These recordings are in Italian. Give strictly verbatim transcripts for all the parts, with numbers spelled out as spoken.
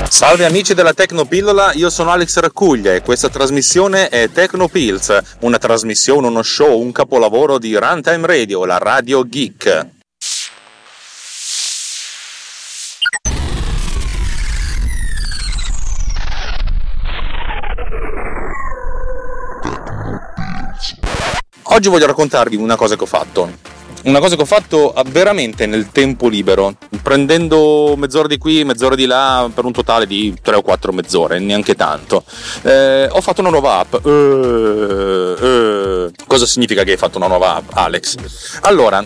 Salve amici della Tecnopillola, io sono Alex Raccuglia e questa trasmissione è Tecnopills, una trasmissione, uno show, un capolavoro di Runtime Radio, la radio geek. Oggi voglio raccontarvi una cosa che ho fatto. Una cosa che ho fatto veramente nel tempo libero, prendendo mezz'ora di qui, mezz'ora di là, per un totale di tre o quattro mezz'ore, neanche tanto. Eh, ho fatto una nuova app. Eh, eh. Cosa significa che hai fatto una nuova app, Alex? Allora,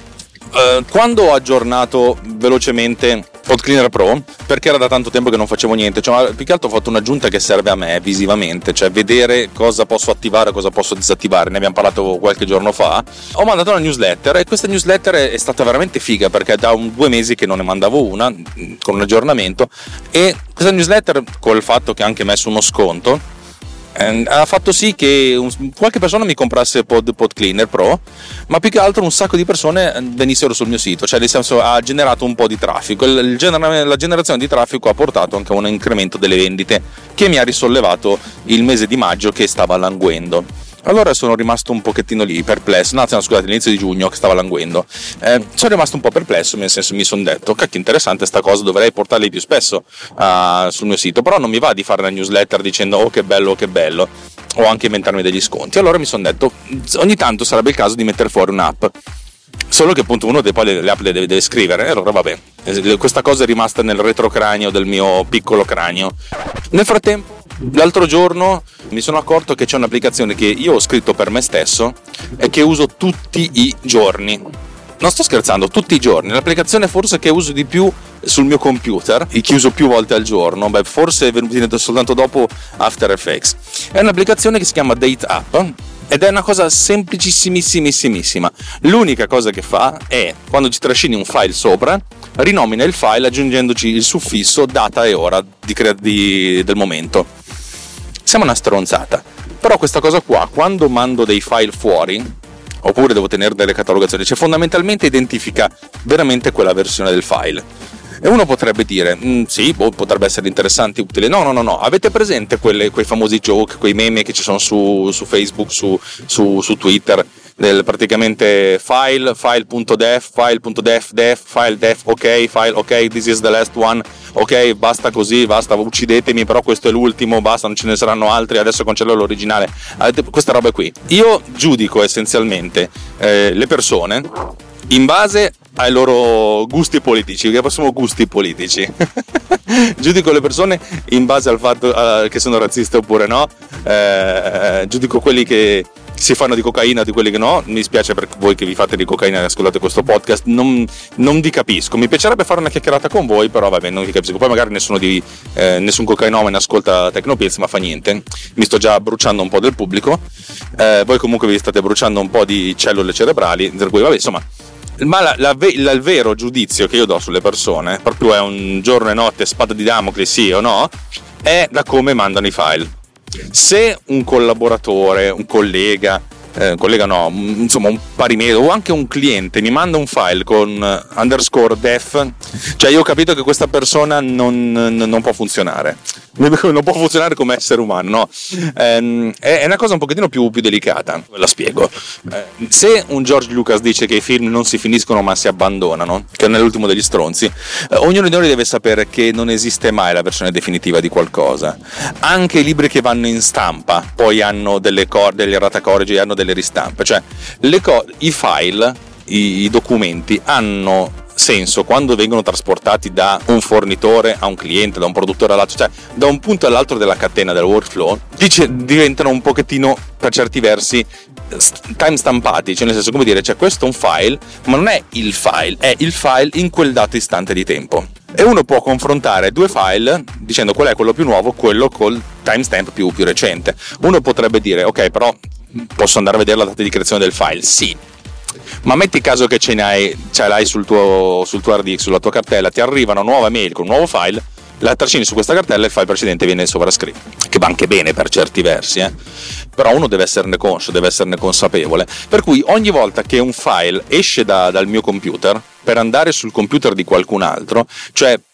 eh, quando ho aggiornato velocemente PodCleaner Pro, perché era da tanto tempo che non facevo niente, cioè, più che altro ho fatto un'aggiunta che serve a me visivamente, cioè vedere cosa posso attivare, cosa posso disattivare, ne abbiamo parlato qualche giorno fa. Ho mandato una newsletter e questa newsletter è stata veramente figa, perché da un, due mesi che non ne mandavo una, con un aggiornamento, e questa newsletter, col fatto che ha anche messo uno sconto, ha fatto sì che un, qualche persona mi comprasse Pod, PodCleaner Pro, ma più che altro un sacco di persone venissero sul mio sito, cioè nel senso ha generato un po' di traffico. Il, il gener- la generazione di traffico ha portato anche a un incremento delle vendite che mi ha risollevato il mese di maggio che stava languendo. Allora sono rimasto un pochettino lì perplesso, no, no scusate, all'inizio di giugno che stava languendo, eh, sono rimasto un po' perplesso, nel senso mi sono detto, cacchio, interessante sta cosa, dovrei portarli più spesso uh, sul mio sito, però non mi va di fare una newsletter dicendo oh che bello, oh che bello, o anche inventarmi degli sconti. Allora mi sono detto, ogni tanto sarebbe il caso di mettere fuori un'app, solo che appunto uno dei, poi le, le app le deve, deve scrivere, e allora vabbè, questa cosa è rimasta nel retrocranio del mio piccolo cranio. Nel frattempo, l'altro giorno mi sono accorto che c'è un'applicazione che io ho scritto per me stesso e che uso tutti i giorni. Non sto scherzando, tutti i giorni. L'applicazione forse che uso di più sul mio computer e che uso più volte al giorno, beh, forse è venuto soltanto dopo After Effects. È un'applicazione che si chiama Date App ed è una cosa semplicissimissimissima. L'unica cosa che fa è, quando ci trascini un file sopra, rinomina il file aggiungendoci il suffisso data e ora di crea- di, del momento. Sembra una stronzata, però questa cosa qua, quando mando dei file fuori, oppure devo tenere delle catalogazioni, cioè fondamentalmente identifica veramente quella versione del file. E uno potrebbe dire, sì, boh, potrebbe essere interessante, utile. No, no, no, no. Avete presente quelle, quei famosi joke, quei meme che ci sono su, su Facebook, su, su, su Twitter, del praticamente file, file.def, file.def, def, file def, ok, file, ok, this is the last one, ok, basta così, basta, uccidetemi, però questo è l'ultimo, basta, non ce ne saranno altri, adesso cancello l'originale. Questa roba qui. Io giudico essenzialmente eh, le persone in base ai loro gusti politici, che sono gusti politici. Giudico le persone in base al fatto uh, che sono razziste oppure no, eh, giudico quelli che si fanno di cocaina, di quelli che no. Mi spiace per voi che vi fate di cocaina e ascoltate questo podcast, non, non vi capisco. Mi piacerebbe fare una chiacchierata con voi, però vabbè, non vi capisco. Poi magari nessuno di eh, nessun cocainomane ascolta Tecnopills, ma fa niente, mi sto già bruciando un po' del pubblico, eh, voi comunque vi state bruciando un po' di cellule cerebrali, per cui vabbè, insomma. Ma la, la, la, il vero giudizio che io do sulle persone, proprio è un giorno e notte, spada di Damocle, sì o no, è da come mandano i file. Se un collaboratore, un collega, eh, collega no, insomma un parimetro o anche un cliente mi manda un file con underscore def, cioè io ho capito che questa persona non, non può funzionare, non può funzionare come essere umano, no? Eh, è una cosa un pochettino più, più delicata, ve la spiego. Eh, se un George Lucas dice che i film non si finiscono ma si abbandonano, che non è l'ultimo degli stronzi, eh, ognuno di noi deve sapere che non esiste mai la versione definitiva di qualcosa. Anche i libri che vanno in stampa poi hanno delle, cor- delle errata corrigi, hanno delle ristampe, cioè le co- i file, i, i documenti hanno senso quando vengono trasportati da un fornitore a un cliente, da un produttore all'altro, cioè da un punto all'altro della catena del workflow, dice, diventano un pochettino per certi versi time stampati, cioè nel senso, come dire, cioè questo è un file, ma non è il file, è il file in quel dato istante di tempo. E uno può confrontare due file dicendo qual è quello più nuovo, quello col timestamp più, più recente. Uno potrebbe dire, ok, però posso andare a vedere la data di creazione del file? Sì. Ma metti caso che ce n'hai, ce l'hai sul tuo, sul tuo hard disk, sulla tua cartella, ti arriva una nuova mail con un nuovo file, la trascini su questa cartella e il file precedente viene sovrascritto, che va anche bene per certi versi, eh? Però uno deve esserne conscio, deve esserne consapevole, per cui ogni volta che un file esce da, dal mio computer per andare sul computer di qualcun altro, cioè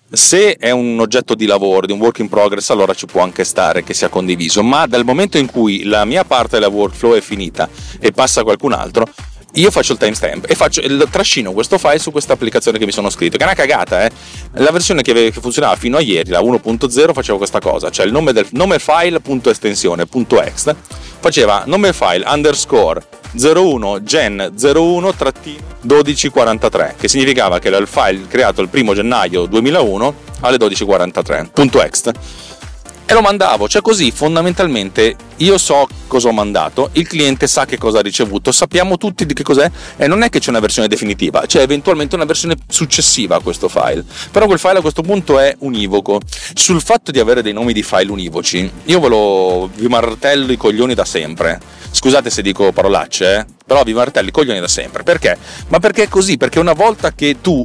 Se è un oggetto di lavoro, di un work in progress, allora ci può anche stare che sia condiviso, ma dal momento in cui la mia parte della workflow è finita e passa a qualcun altro, io faccio il timestamp e faccio il trascino questo file su questa applicazione che mi sono scritto, che è una cagata, eh. La versione che, che funzionava fino a ieri, la uno punto zero, faceva questa cosa, cioè il nome del nome file punto estensione punto ext faceva nome file underscore zero uno gen zero uno trattino dodici quarantatré, che significava che era il file creato il primo gennaio duemilauno alle dodici quarantatré punto ext, e lo mandavo. Cioè così fondamentalmente io so cosa ho mandato, il cliente sa che cosa ha ricevuto, sappiamo tutti di che cos'è, e non è che c'è una versione definitiva, c'è eventualmente una versione successiva a questo file, però quel file a questo punto è univoco. Sul fatto di avere dei nomi di file univoci io ve lo vi martello i coglioni da sempre, scusate se dico parolacce, eh? Però vi martello i coglioni da sempre. Perché? Ma perché è così, perché una volta che tu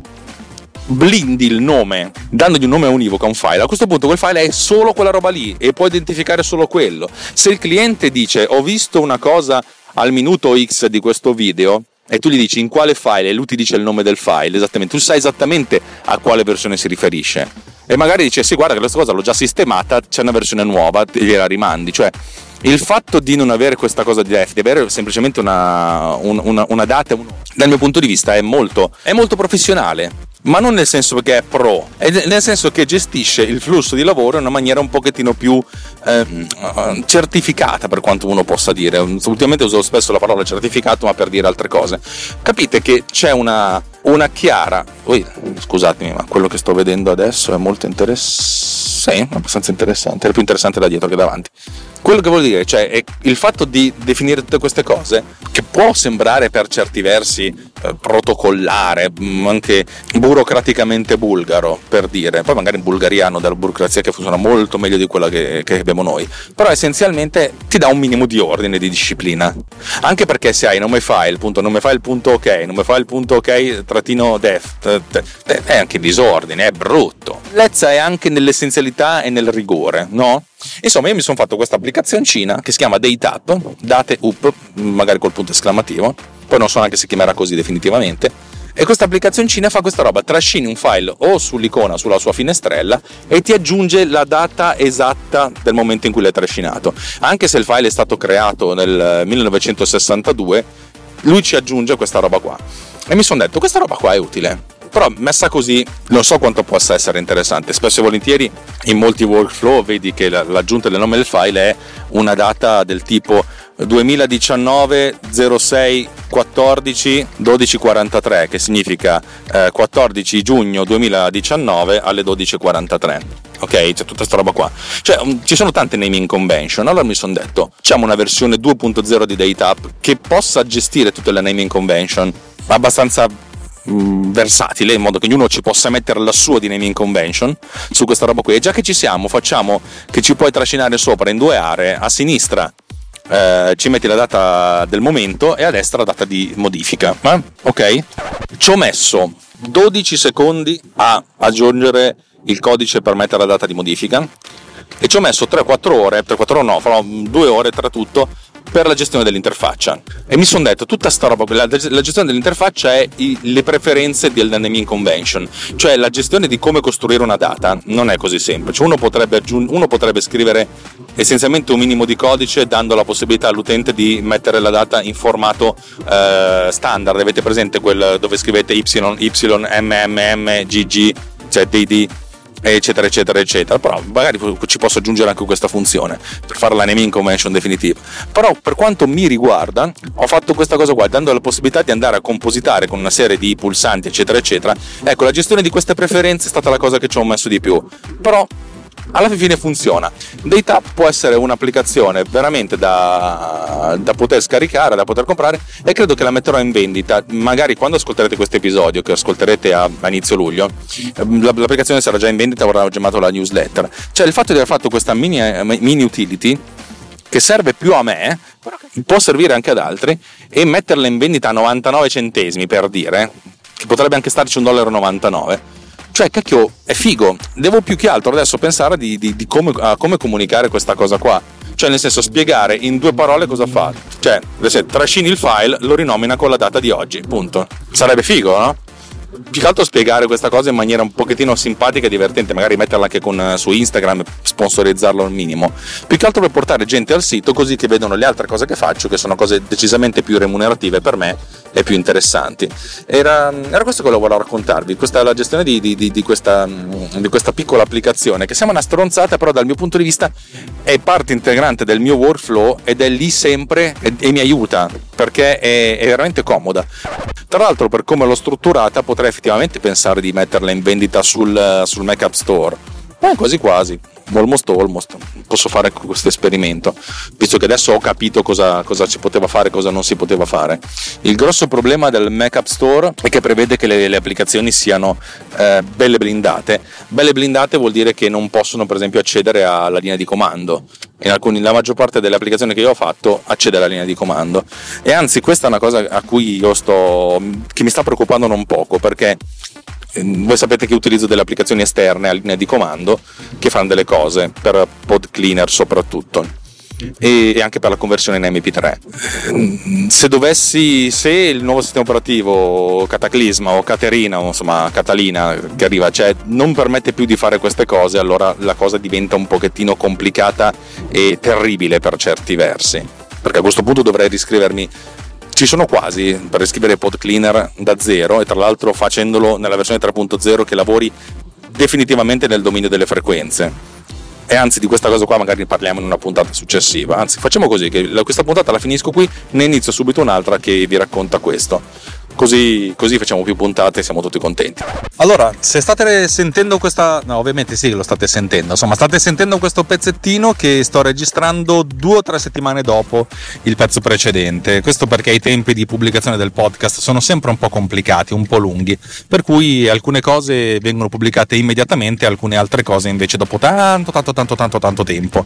blindi il nome dandogli un nome univoco a un file, a questo punto quel file è solo quella roba lì e può identificare solo quello. Se il cliente dice ho visto una cosa al minuto X di questo video e tu gli dici in quale file e lui ti dice il nome del file esattamente, tu sai esattamente a quale versione si riferisce, e magari dice sì, guarda che questa cosa l'ho già sistemata, c'è una versione nuova e gliela rimandi. Cioè il fatto di non avere questa cosa di def, di avere semplicemente una, una, una data, dal mio punto di vista è molto, è molto professionale, ma non nel senso che è pro, è nel senso che gestisce il flusso di lavoro in una maniera un pochettino più eh, certificata, per quanto uno possa dire. Ultimamente uso spesso la parola certificato, ma per dire altre cose. Capite che c'è una, una chiara... Ui, scusatemi, ma quello che sto vedendo adesso è molto interessante. Sì, abbastanza interessante, è più interessante da dietro che davanti. Quello che vuol dire, cioè, è il fatto di definire tutte queste cose, che può sembrare per certi versi eh, protocollare, anche burocraticamente bulgaro, per dire, poi magari in Bulgaria hanno della burocrazia che funziona molto meglio di quella che, che abbiamo noi, però essenzialmente ti dà un minimo di ordine, di disciplina, anche perché se hai nome file, punto, nome file punto ok, nome file punto ok, trattino def, è anche disordine, è brutto. Lezza è anche nell'essenzialità e nel rigore, no? Insomma, io mi sono fatto questa applicazioncina che si chiama DateUp, Date Up, magari col punto esclamativo, poi non so neanche se chiamerà così definitivamente, e questa applicazioncina fa questa roba: trascini un file o sull'icona, sulla sua finestrella, e ti aggiunge la data esatta del momento in cui l'hai trascinato. Anche se il file è stato creato nel millenovecentosessantadue, lui ci aggiunge questa roba qua, e mi sono detto questa roba qua è utile. Però messa così non so quanto possa essere interessante. Spesso e volentieri in molti workflow vedi che l'aggiunta del nome del file è una data del tipo duemiladiciannove zero sei quattordici dodici quarantatré, che significa eh, quattordici giugno duemiladiciannove alle dodici quarantatré. Ok, c'è tutta questa roba qua. Cioè um, ci sono tante naming convention. Allora mi sono detto facciamo una versione due punto zero di DateUp che possa gestire tutte le naming convention abbastanza versatile, in modo che ognuno ci possa mettere la sua di naming convention su questa roba qui. E già che ci siamo, facciamo che ci puoi trascinare sopra in due aree: a sinistra eh, ci metti la data del momento e a destra la data di modifica, eh? Ok? Ci ho messo dodici secondi a aggiungere il codice per mettere la data di modifica, e ci ho messo tre quattro ore, tre quattro no, farò due ore tra tutto per la gestione dell'interfaccia. E mi sono detto tutta sta roba, la, la gestione dell'interfaccia è i, le preferenze del naming convention, cioè la gestione di come costruire una data non è così semplice. Uno potrebbe, aggiung- uno potrebbe scrivere essenzialmente un minimo di codice dando la possibilità all'utente di mettere la data in formato eh, standard. Avete presente quel dove scrivete Y, Y, M M M, G G, cioè D D, eccetera eccetera eccetera. Però magari ci posso aggiungere anche questa funzione per fare la naming convention definitiva. Però per quanto mi riguarda ho fatto questa cosa qua dando la possibilità di andare a compositare con una serie di pulsanti eccetera eccetera. Ecco, la gestione di queste preferenze è stata la cosa che ci ho messo di più, però alla fine funziona. DateUp può essere un'applicazione veramente da, da poter scaricare, da poter comprare, e credo che la metterò in vendita magari quando ascolterete questo episodio, che ascolterete a, a inizio luglio. L'applicazione sarà già in vendita, avrà chiamato la newsletter. Cioè il fatto di aver fatto questa mini, mini utility che serve più a me, però può servire anche ad altri, e metterla in vendita a novantanove centesimi, per dire, che potrebbe anche starci un dollaro e novantanove. Cioè, cacchio, è figo. Devo più che altro adesso pensare di, di, di come, a come comunicare questa cosa qua. Cioè, nel senso, spiegare in due parole cosa fa. Cioè, se trascini il file, lo rinomina con la data di oggi, punto. Sarebbe figo, no? più che altro spiegare questa cosa in maniera un pochettino simpatica e divertente, magari metterla anche con, su Instagram, sponsorizzarlo al minimo, più che altro per portare gente al sito così che vedono le altre cose che faccio, che sono cose decisamente più remunerative per me e più interessanti. Era, era questo che volevo raccontarvi, questa la gestione di, di, di, di, questa, di questa piccola applicazione che sembra una stronzata, però dal mio punto di vista è parte integrante del mio workflow ed è lì sempre e, e mi aiuta perché è, è veramente comoda. Tra l'altro, per come l'ho strutturata, potrei effettivamente pensare di metterla in vendita sul, sul Mac App Store. Eh, quasi quasi, almost almost, posso fare questo esperimento, visto che adesso ho capito cosa, cosa si poteva fare e cosa non si poteva fare. Il grosso problema del Mac App Store è che prevede che le, le applicazioni siano eh, belle blindate. Belle blindate vuol dire che non possono, per esempio, accedere alla linea di comando. In alcuni, la maggior parte delle applicazioni che io ho fatto accede alla linea di comando, e anzi questa è una cosa a cui io sto che mi sta preoccupando non poco, perché voi sapete che utilizzo delle applicazioni esterne a linea di comando che fanno delle cose per Pod Cleaner soprattutto e anche per la conversione in M P tre. Se dovessi se il nuovo sistema operativo Cataclisma o Caterina o insomma Catalina che arriva, cioè non permette più di fare queste cose, allora la cosa diventa un pochettino complicata e terribile per certi versi, perché a questo punto dovrei riscrivermi. Ci sono quasi per riscrivere Pod Cleaner da zero, e tra l'altro facendolo nella versione tre punto zero che lavori definitivamente nel dominio delle frequenze. E anzi, di questa cosa qua magari parliamo in una puntata successiva. Anzi, facciamo così, che questa puntata la finisco qui, ne inizio subito un'altra che vi racconta questo. Così, così facciamo più puntate e siamo tutti contenti. Allora, se state sentendo questa... No, ovviamente sì, lo state sentendo. Insomma, state sentendo questo pezzettino che sto registrando due o tre settimane dopo il pezzo precedente. Questo perché i tempi di pubblicazione del podcast sono sempre un po' complicati, un po' lunghi. Per cui alcune cose vengono pubblicate immediatamente, alcune altre cose invece dopo tanto, tanto, tanto, tanto, tanto tempo.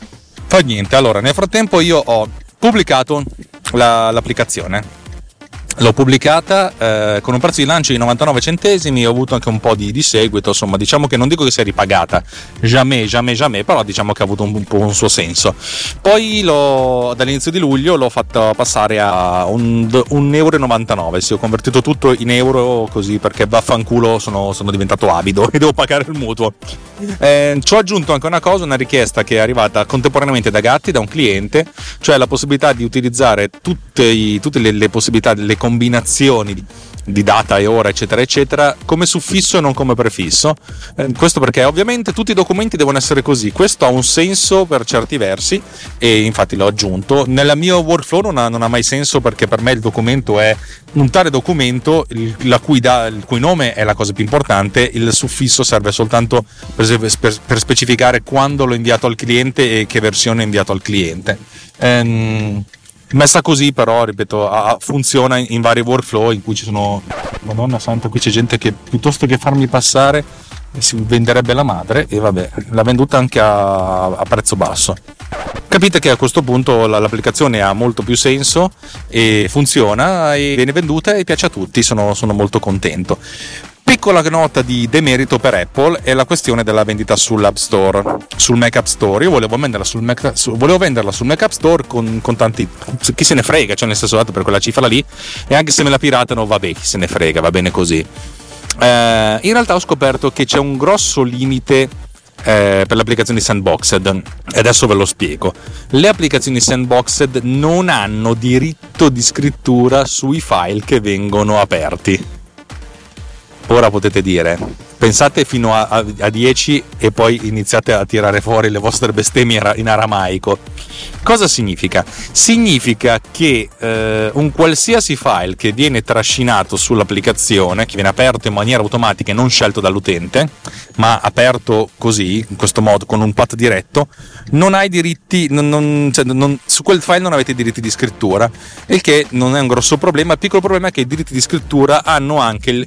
Fa niente. Allora, nel frattempo io ho pubblicato la, l'applicazione. L'ho pubblicata eh, con un prezzo di lancio di novantanove centesimi, ho avuto anche un po' di, di seguito, insomma diciamo che non dico che sia ripagata, jamais, jamais, jamais, però diciamo che ha avuto un, un po' un suo senso. Poi l'ho, dall'inizio di luglio l'ho fatta passare a un, un euro e novantanove, sì, ho convertito tutto in euro così perché vaffanculo sono, sono diventato avido e devo pagare il mutuo. Eh, ci ho aggiunto anche una cosa, una richiesta che è arrivata contemporaneamente da Gatti, da un cliente, cioè la possibilità di utilizzare tutte, i, tutte le, le possibilità, le combinazioni di, di data e ora eccetera eccetera come suffisso e non come prefisso. Eh, questo perché ovviamente tutti i documenti devono essere così, questo ha un senso per certi versi e infatti l'ho aggiunto. Nel mio workflow non ha, non ha mai senso, perché per me il documento è un tale documento il, la cui da, il cui nome è la cosa più importante, il suffisso serve soltanto per, per, per specificare quando l'ho inviato al cliente e che versione ho inviato al cliente. Ehm, Messa così però, ripeto, a, funziona in, in vari workflow in cui ci sono... Madonna santa, qui c'è gente che piuttosto che farmi passare si venderebbe la madre, e vabbè, l'ha venduta anche a, a prezzo basso. Capite che a questo punto la, l'applicazione ha molto più senso e funziona e viene venduta e piace a tutti, sono, sono molto contento. Piccola nota di demerito per Apple è la questione della vendita sull'App Store, sul Mac App Store. Io volevo venderla sul Mac, su, volevo venderla sul Mac App Store con, con tanti... Chi se ne frega, cioè nel senso, dato per quella cifra lì, e anche se me la piratano, vabbè, chi se ne frega, va bene così. Eh, in realtà ho scoperto che c'è un grosso limite eh, per le applicazioni sandboxed, e adesso ve lo spiego. Le applicazioni sandboxed non hanno diritto di scrittura sui file che vengono aperti. Ora potete dire, pensate fino a, a, a dieci e poi iniziate a tirare fuori le vostre bestemmie in aramaico. Cosa significa? Significa che eh, un qualsiasi file che viene trascinato sull'applicazione, che viene aperto in maniera automatica e non scelto dall'utente, ma aperto così, in questo modo, con un path diretto, non hai diritti, non, non, cioè non, su quel file non avete diritti di scrittura, il che non è un grosso problema. Il piccolo problema è che i diritti di scrittura hanno anche il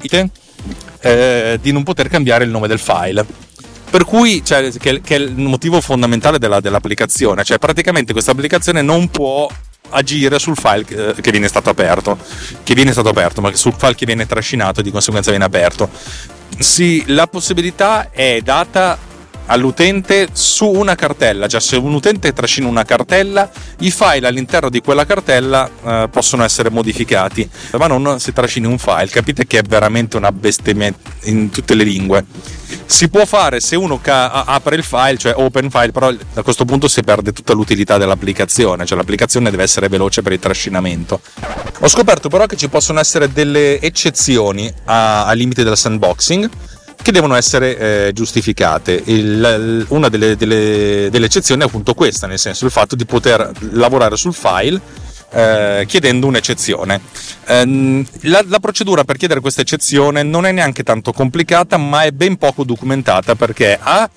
eh, di non poter cambiare il nome del file. Per cui, cioè, che, che è il motivo fondamentale della, dell'applicazione, cioè praticamente questa applicazione non può agire sul file che, che viene stato aperto, che viene stato aperto, ma sul file che viene trascinato e di conseguenza viene aperto. Sì, la possibilità è data all'utente su una cartella, cioè se un utente trascina una cartella, i file all'interno di quella cartella eh, possono essere modificati, ma non si trascini un file. Capite che è veramente una bestemmia in tutte le lingue. Si può fare se uno ca- apre il file, cioè open file, però a questo punto si perde tutta l'utilità dell'applicazione, cioè l'applicazione deve essere veloce per il trascinamento. Ho scoperto però che ci possono essere delle eccezioni a- ai limiti del sandboxing che devono essere eh, giustificate. Il, una delle, delle, delle eccezioni è appunto questa, nel senso il fatto di poter lavorare sul file Eh, chiedendo un'eccezione. Eh, la, la procedura per chiedere questa eccezione non è neanche tanto complicata, ma è ben poco documentata, perché a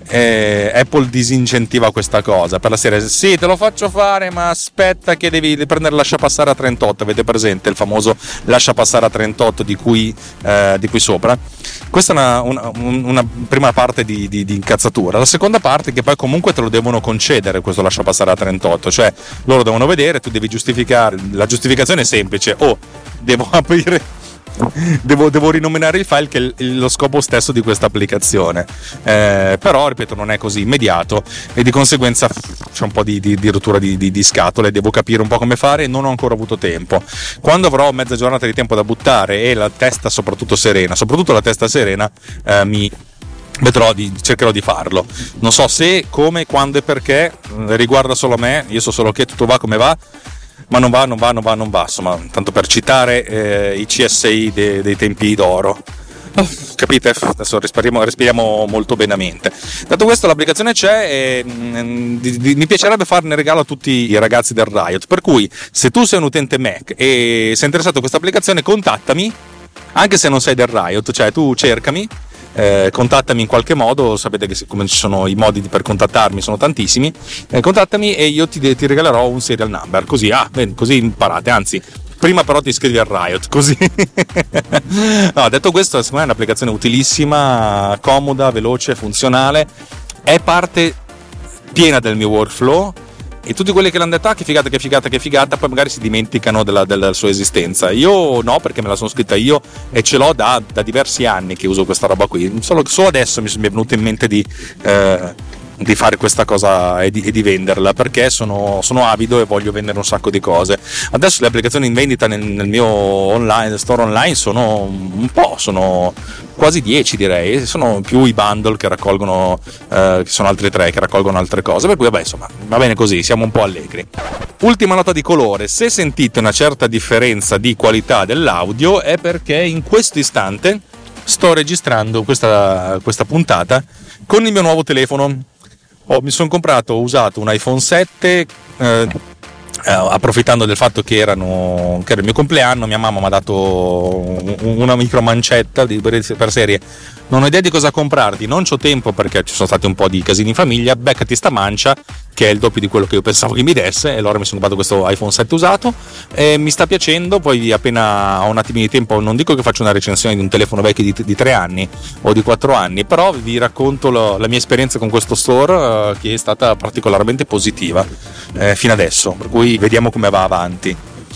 eh, Apple disincentiva questa cosa per la serie: sì, te lo faccio fare, ma aspetta che devi prendere lascia passare a trentotto. Avete presente il famoso lascia passare a trentotto di qui, eh, di qui sopra? Questa è una, una, una prima parte di, di, di incazzatura. La seconda parte è che poi comunque te lo devono concedere questo lascia passare a trentotto, cioè loro devono vedere, tu devi giustificare. La giustificazione è semplice: o oh, devo aprire Devo, devo rinominare il file, che è lo scopo stesso di questa applicazione, eh, però ripeto non è così immediato e di conseguenza c'è un po' di, di, di rottura di, di, di scatole. Devo capire un po' come fare e non ho ancora avuto tempo. Quando avrò mezza giornata di tempo da buttare e la testa soprattutto serena, soprattutto la testa serena, eh, mi vedrò di, cercherò di farlo. Non so se, come, quando e perché, riguarda solo me. Io so solo che tutto va come va, ma non va, non va, non va, non va, insomma, tanto per citare eh, i C S I de, dei tempi d'oro. Oh, capite? Adesso respiriamo, respiriamo molto benamente. Dato questo, l'applicazione c'è e mh, di, di, mi piacerebbe farne regalo a tutti i ragazzi del Riot, per cui se tu sei un utente Mac e sei interessato a questa applicazione, contattami, anche se non sei del Riot, cioè tu cercami. Eh, contattami in qualche modo, sapete che come ci sono i modi per contattarmi, sono tantissimi, eh, contattami e io ti, ti regalerò un serial number, così, ah, bene, così imparate, anzi prima però ti iscrivi al Riot, così. No, detto questo, secondo me è un'applicazione utilissima, comoda, veloce, funzionale, è parte piena del mio workflow. E tutti quelli che l'hanno detto, ah, che figata, che figata, che figata, poi magari si dimenticano della, della sua esistenza. Io no, perché me la sono scritta io e ce l'ho da, da diversi anni che uso questa roba qui. Solo, solo adesso mi, mi è venuto in mente di, eh, di fare questa cosa e di, e di venderla, perché sono, sono avido e voglio vendere un sacco di cose. Adesso le applicazioni in vendita nel, nel mio online, store online sono un po', sono quasi dieci direi, sono più i bundle che raccolgono, eh, che sono altri tre che raccolgono altre cose, per cui vabbè, insomma, va bene così, siamo un po' allegri. Ultima nota di colore: se sentite una certa differenza di qualità dell'audio è perché in questo istante sto registrando questa, questa puntata con il mio nuovo telefono. Oh, mi sono comprato, ho usato un iPhone sette, eh, eh, approfittando del fatto che, erano, che era il mio compleanno. Mia mamma mi ha dato una micro mancetta di, per serie: non ho idea di cosa comprarti, non c'ho tempo perché ci sono stati un po' di casini in famiglia, beccati sta mancia che è il doppio di quello che io pensavo che mi desse. E allora mi sono comprato questo iPhone sette usato e mi sta piacendo. Poi appena ho un attimino di tempo, non dico che faccio una recensione di un telefono vecchio di, di tre anni o di quattro anni, però vi racconto lo, la mia esperienza con questo store, eh, che è stata particolarmente positiva eh, fino adesso, per cui vediamo come va avanti.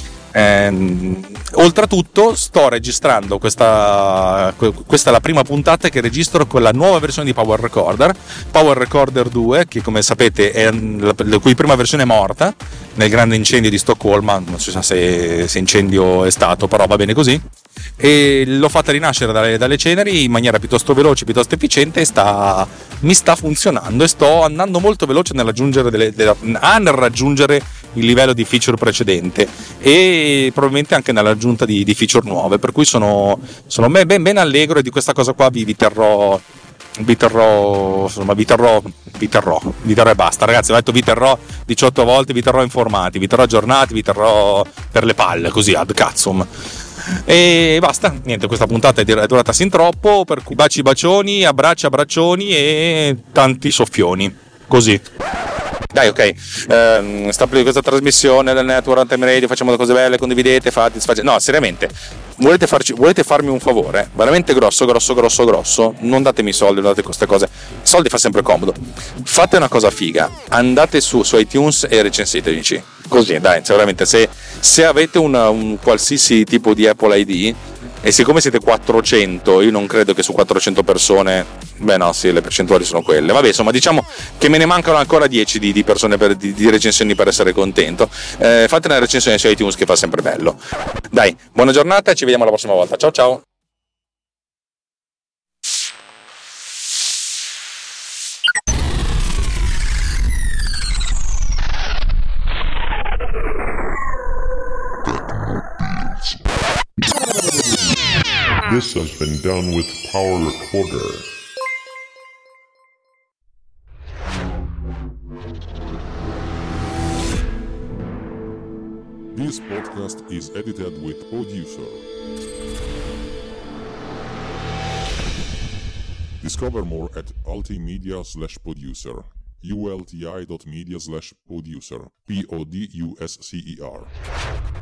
Eh, oltretutto sto registrando questa, questa è la prima puntata che registro con la nuova versione di Power Recorder, Power Recorder due, che come sapete è la, la cui prima versione è morta nel grande incendio di Stoccolma. Non si sa se, se incendio è stato, però va bene così, e l'ho fatta rinascere dalle, dalle ceneri in maniera piuttosto veloce, piuttosto efficiente, e sta, mi sta funzionando e sto andando molto veloce nel raggiungere, delle, delle, ah, nel raggiungere il livello di feature precedente e probabilmente anche nell'aggiunta di, di feature nuove, per cui sono, sono ben, ben, ben allegro, e di questa cosa qua vi, vi terrò vi terrò insomma vi terrò vi terrò vi terrò e basta, ragazzi. Ho detto vi terrò diciotto volte, vi terrò informati, vi terrò aggiornati, vi terrò per le palle, così ad cazzum. E basta, niente, questa puntata è durata sin troppo, per cui baci bacioni, abbracci abbraccioni e tanti soffioni, così. Dai, ok, eh, sta per questa trasmissione del Network Anthem Radio, facciamo cose belle, condividete, fate, fate. No, seriamente, volete, farci, volete farmi un favore veramente grosso, grosso, grosso, grosso? Non datemi soldi, non date queste cose, soldi fa sempre comodo. Fate una cosa figa, andate su, su iTunes e recensiteci, così, dai, cioè, veramente, se, se avete una, un qualsiasi tipo di Apple I D, e siccome siete quattrocento, io non credo che su quattrocento persone Beh no, sì, le percentuali sono quelle. Vabbè, insomma, diciamo che me ne mancano ancora dieci di, di persone per, di, di recensioni per essere contento. Eh, fate una recensione su iTunes che fa sempre bello. Dai, buona giornata e ci vediamo la prossima volta. Ciao ciao. This has been done with Power Recorder. This podcast is edited with Producer. Discover more at ultimedia slash producer. ulti dot media slash producer. P O D U S C E R.